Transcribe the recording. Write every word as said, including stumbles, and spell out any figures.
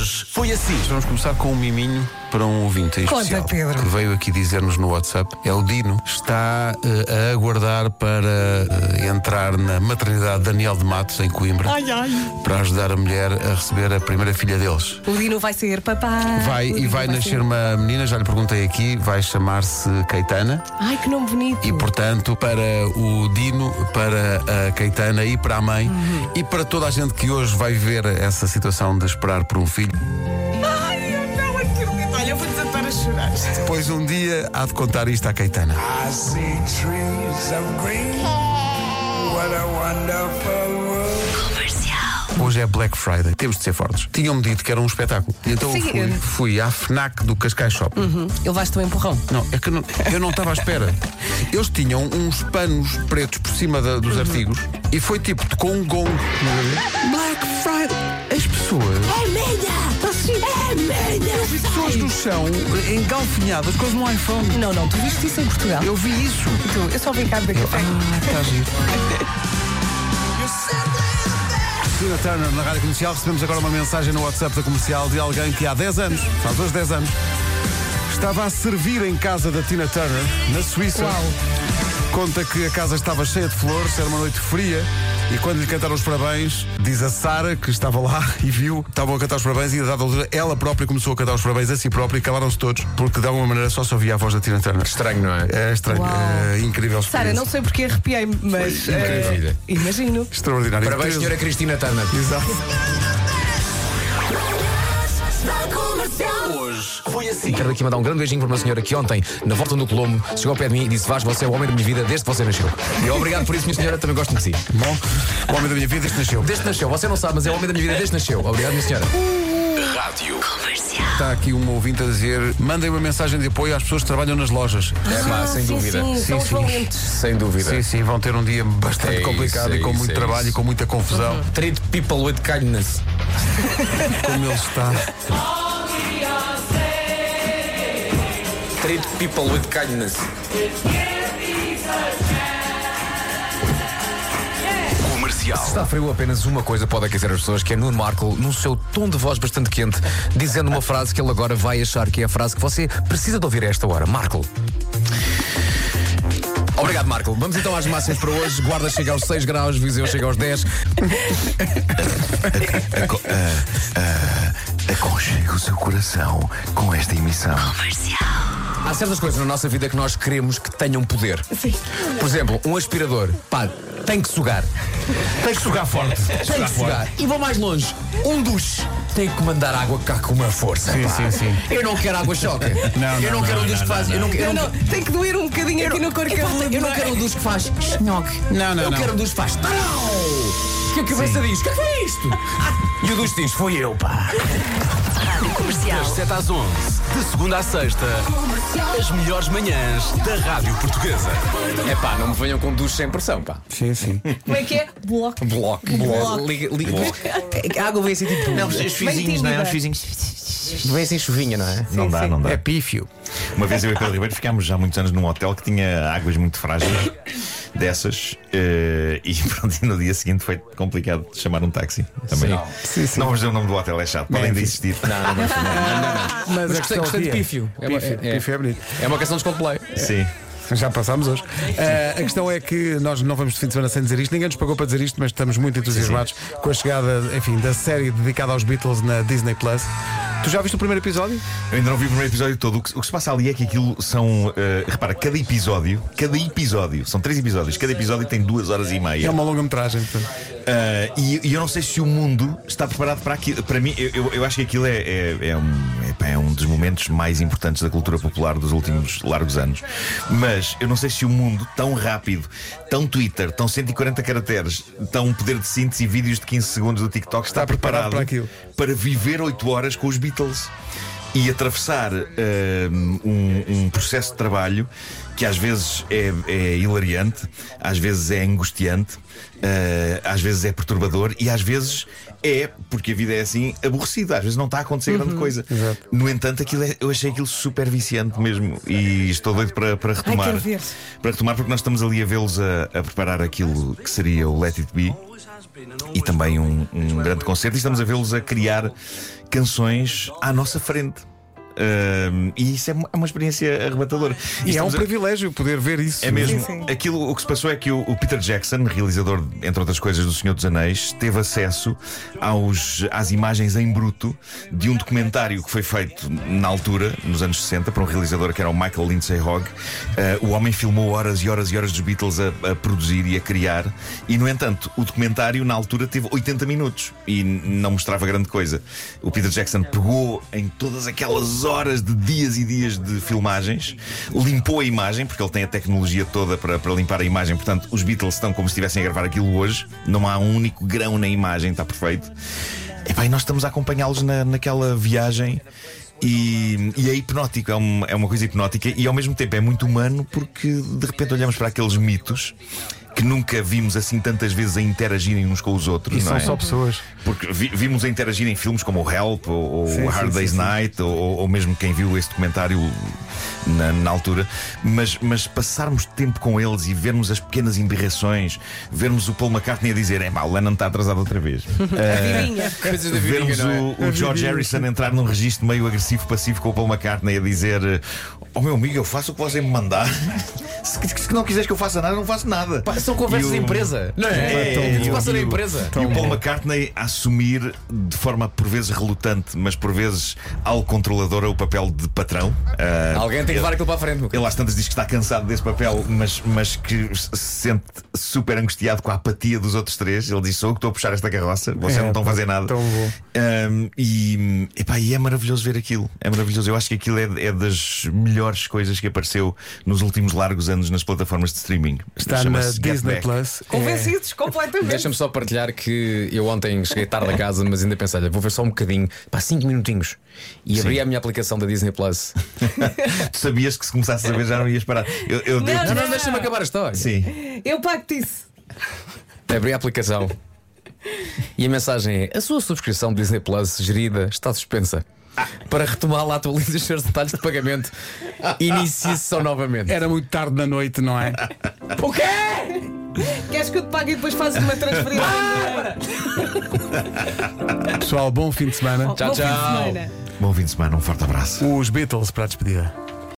Hoje foi assim. Vamos começar com um miminho para um ouvinte em Conta, especial, Pedro. que veio aqui dizer-nos no WhatsApp. É o Dino. Está uh, a aguardar para uh, entrar na maternidade Daniel de Matos, em Coimbra, Ai, ai. para ajudar a mulher a receber a primeira filha deles. O Dino vai ser papá. Vai O e Dino vai nascer ser... uma menina, já lhe perguntei aqui, vai chamar-se Caetana. Ai, que nome bonito. E portanto, para o Dino, para a Caetana e para a mãe, uhum. e para toda a gente que hoje vai viver essa situação de esperar por um filho. Ai, eu não acredito. Olha, eu vou desatar a chorar. Pois um dia há de contar isto à Caetana. I see trees of green. What a wonderful world. Hoje é Black Friday, temos de ser fortes. Tinham-me dito que era um espetáculo. Então Sim, fui, eu- fui à FNAC do Cascais Shopping. Uhum. Ele levaste um empurrão. Não, é que não- eu não estava à espera. Eles tinham uns panos pretos por cima da- dos artigos e foi tipo, com um gongo. Black Friday. As pessoas. É minha! É minha! As pessoas no chão, engalfinhadas, quase num iPhone. Não, não, tu viste isso em Portugal? Eu vi isso. Tu, eu só vim cá beber café. Ah, está giro. Tina Turner na Rádio Comercial. Recebemos agora uma mensagem no WhatsApp da Comercial de alguém que há dez anos, faz hoje dez anos, estava a servir em casa da Tina Turner, na Suíça. Uau. Conta que a casa estava cheia de flores, era uma noite fria. E quando lhe cantaram os parabéns, diz a Sara, que estava lá e viu, estavam a cantar os parabéns e a dada altura ela própria começou a cantar os parabéns a si própria e calaram-se todos, porque de alguma maneira só se ouvia a voz da Tina Turner. Estranho, não é? É estranho, Uau. é incrível. Sara, experiência. não sei porque arrepiei-me, mas. incrível. eh, imagino. Extraordinário. Parabéns, Treze. senhora Cristina Turner. Exato. Hoje foi assim. Quero aqui mandar um grande beijinho para uma senhora que ontem, na volta do Colombo, chegou ao pé de mim e disse: Vaz, você é o homem da minha vida desde que você nasceu. E obrigado por isso, minha senhora, também gosto de si. Bom, o homem da minha vida desde que nasceu. Desde que nasceu, você não sabe, mas é o homem da minha vida desde que nasceu. Obrigado, minha senhora. Está aqui um ouvinte a dizer: mandem uma mensagem de apoio às pessoas que trabalham nas lojas. É pá, Ah, sem sim, dúvida. Sim, são os valentes. Sem dúvida. Sim, sim, vão ter um dia bastante É isso, complicado é e com isso, muito é trabalho isso. e com muita confusão. Treat people with kindness. Como ele está. Treat people with kindness. Comercial. Se está frio, apenas uma coisa pode aquecer as pessoas, que é Nuno Marco, no seu tom de voz bastante quente, dizendo uma frase que ele agora vai achar que é a frase que você precisa de ouvir a esta hora. Marco. Obrigado, Marco. Vamos então às máximas para hoje. Guarda chega aos seis graus, Viseu chega aos dez. Aconchegue o seu coração com esta emissão. Há certas coisas na nossa vida que nós queremos que tenham poder. Sim. Por exemplo, um aspirador. Pá, tem que sugar. Tem que sugar forte. Tem que sugar. E vou mais longe. Um duche tem que mandar água cá com uma força. Sim, pá. sim, sim. Eu não quero água choque. Não, eu não, não, quero não, um duche que faz. Eu não, eu Não, não, não, tem que doer um bocadinho aqui no cor Epá, eu não quero um duche que faz snog. Não, não, Eu não. quero um duche que faz. Não! Que a cabeça diz: o que é isto? E o duche diz: foi eu, pá. Das sete às onze, de segunda à sexta, as melhores manhãs da Rádio Portuguesa. É pá, não me venham com duche sem pressão, pá. Sim, sim. Como é que é? Bloco. Bloco. Bloco. Liga, liga. A água vem assim tipo. Não, os fizinhos, não é? Os fizinhos. Vem assim chuvinha, não é? Não dá, não dá. É pífio. Uma vez eu e o Pedro Ribeiro ficámos já há muitos anos num hotel que tinha águas muito frágeis dessas eh, e pronto, e no dia seguinte foi complicado de chamar um táxi também. Sim, sim. Não vamos dizer o nome do hotel, é chato, podem de existir. Não, não, não, não, não, não. Mas, Mas a gostei, questão gostei de aqui é- pífio. É uma, Pífio, é, pífio é bonito. é uma questão de Coldplay. Sim. Já passámos hoje. Uh, a questão é que nós não vamos de fim de semana sem dizer isto. Ninguém nos pagou para dizer isto, mas estamos muito entusiasmados com a chegada, enfim, da série dedicada aos Beatles na Disney Plus. Tu já viste o primeiro episódio? Eu ainda não vi o primeiro episódio todo. O que, o que se passa ali é que aquilo são. eh, repara, cada episódio, cada episódio, são três episódios, cada episódio tem duas horas e meia. É uma longa-metragem. portanto. Uh, e, e eu não sei se o mundo está preparado para aquilo. Para mim, eu, eu, eu acho que aquilo é, é, é, um, é, pá, é um dos momentos mais importantes da cultura popular dos últimos largos anos. Mas eu não sei se o mundo, tão rápido, tão Twitter, tão cento e quarenta caracteres, tão poder de síntese e vídeos de quinze segundos do TikTok, está, Está preparado preparado para aquilo. para viver oito horas com os Beatles e atravessar uh, um, um processo de trabalho que às vezes é, é hilariante, às vezes é angustiante, uh, às vezes é perturbador e às vezes é, porque a vida é assim, aborrecida. Às vezes não está a acontecer uhum, grande coisa. Exato. No entanto, aquilo é, eu achei aquilo super viciante mesmo. E estou doido para, para retomar. Ai, ver. Para retomar, porque nós estamos ali a vê-los a, a preparar aquilo que seria o Let It Be. E também um, um grande concerto. E estamos a vê-los a criar canções à nossa frente. Uh, e isso é uma experiência arrebatadora. E, e é um a... privilégio poder ver isso. É mesmo. Sim, sim. Aquilo, o que se passou é que o, o Peter Jackson, realizador, entre outras coisas, do Senhor dos Anéis, teve acesso aos, às imagens em bruto de um documentário que foi feito na altura, nos anos sessenta, para um realizador que era o Michael Lindsay Hogg. Uh, o homem filmou horas e horas e horas dos Beatles a, a produzir e a criar. E, no entanto, o documentário, na altura, teve oitenta minutos e não mostrava grande coisa. O Peter Jackson pegou em todas aquelas horas de dias e dias de filmagens, limpou a imagem, porque ele tem a tecnologia toda para, para limpar a imagem. Portanto, os Beatles estão como se estivessem a gravar aquilo hoje. Não há um único grão na imagem, está perfeito. E bem, nós estamos a acompanhá-los na, naquela viagem. E, e é hipnótico, é uma, é uma coisa hipnótica. E ao mesmo tempo é muito humano, porque de repente olhamos para aqueles mitos que nunca vimos assim tantas vezes a interagirem uns com os outros. E não são é? só pessoas. Porque vi, vimos a interagir em filmes como o Help ou, ou sim, Hard sim, Day's sim, Night, sim. Ou, ou mesmo quem viu esse documentário na, na altura. Mas, mas passarmos tempo com eles e vermos as pequenas embirrações, vermos o Paul McCartney a dizer: é mal, o Lennon está atrasado outra vez. uh, vermos é? o, o George Harrison entrar num registro meio agressivo-passivo com o Paul McCartney a dizer: oh meu amigo, eu faço o que você me mandar. Se, se não quiseres que eu faça nada, não faço nada. Pá, são conversas de empresa, não é? É, é, se passa na empresa. E o Paul McCartney a assumir de forma por vezes relutante, mas por vezes algo controladora, o papel de patrão. Uh, Alguém tem que levar aquilo para a frente. Ele às tantas diz que está cansado desse papel, mas, mas que se sente super angustiado com a apatia dos outros três. Ele diz: sou eu que estou a puxar esta carroça, vocês é, não estão a fazer nada. Um, e, epá, e é maravilhoso ver aquilo. É maravilhoso. Eu acho que aquilo é, é das melhores coisas que apareceu nos últimos largos anos nas plataformas de streaming. Está na Disney Plus. Convencidos é. completamente. Deixa-me só partilhar que eu ontem cheguei tarde a casa, mas ainda pensei: olha, vou ver só um bocadinho, pá, cinco minutinhos. E abri a minha aplicação da Disney Plus. Tu sabias que se começasses a ver já não ias parar. Eu, eu, não, eu, não, não, não, deixa-me acabar a história. Sim. Eu pacto isso. Abri a aplicação e a mensagem é: a sua subscrição de Disney Plus gerida está suspensa. Para retomá-la, atualize os seus detalhes de pagamento. Inicie sessão novamente. Era muito tarde da noite, não é? O quê? Queres que eu te pague e depois fazes uma transferência? Pessoal, bom fim de semana. Oh, tchau, bom tchau. Fim de semana. Bom fim de semana, um forte abraço. Os Beatles para a despedida.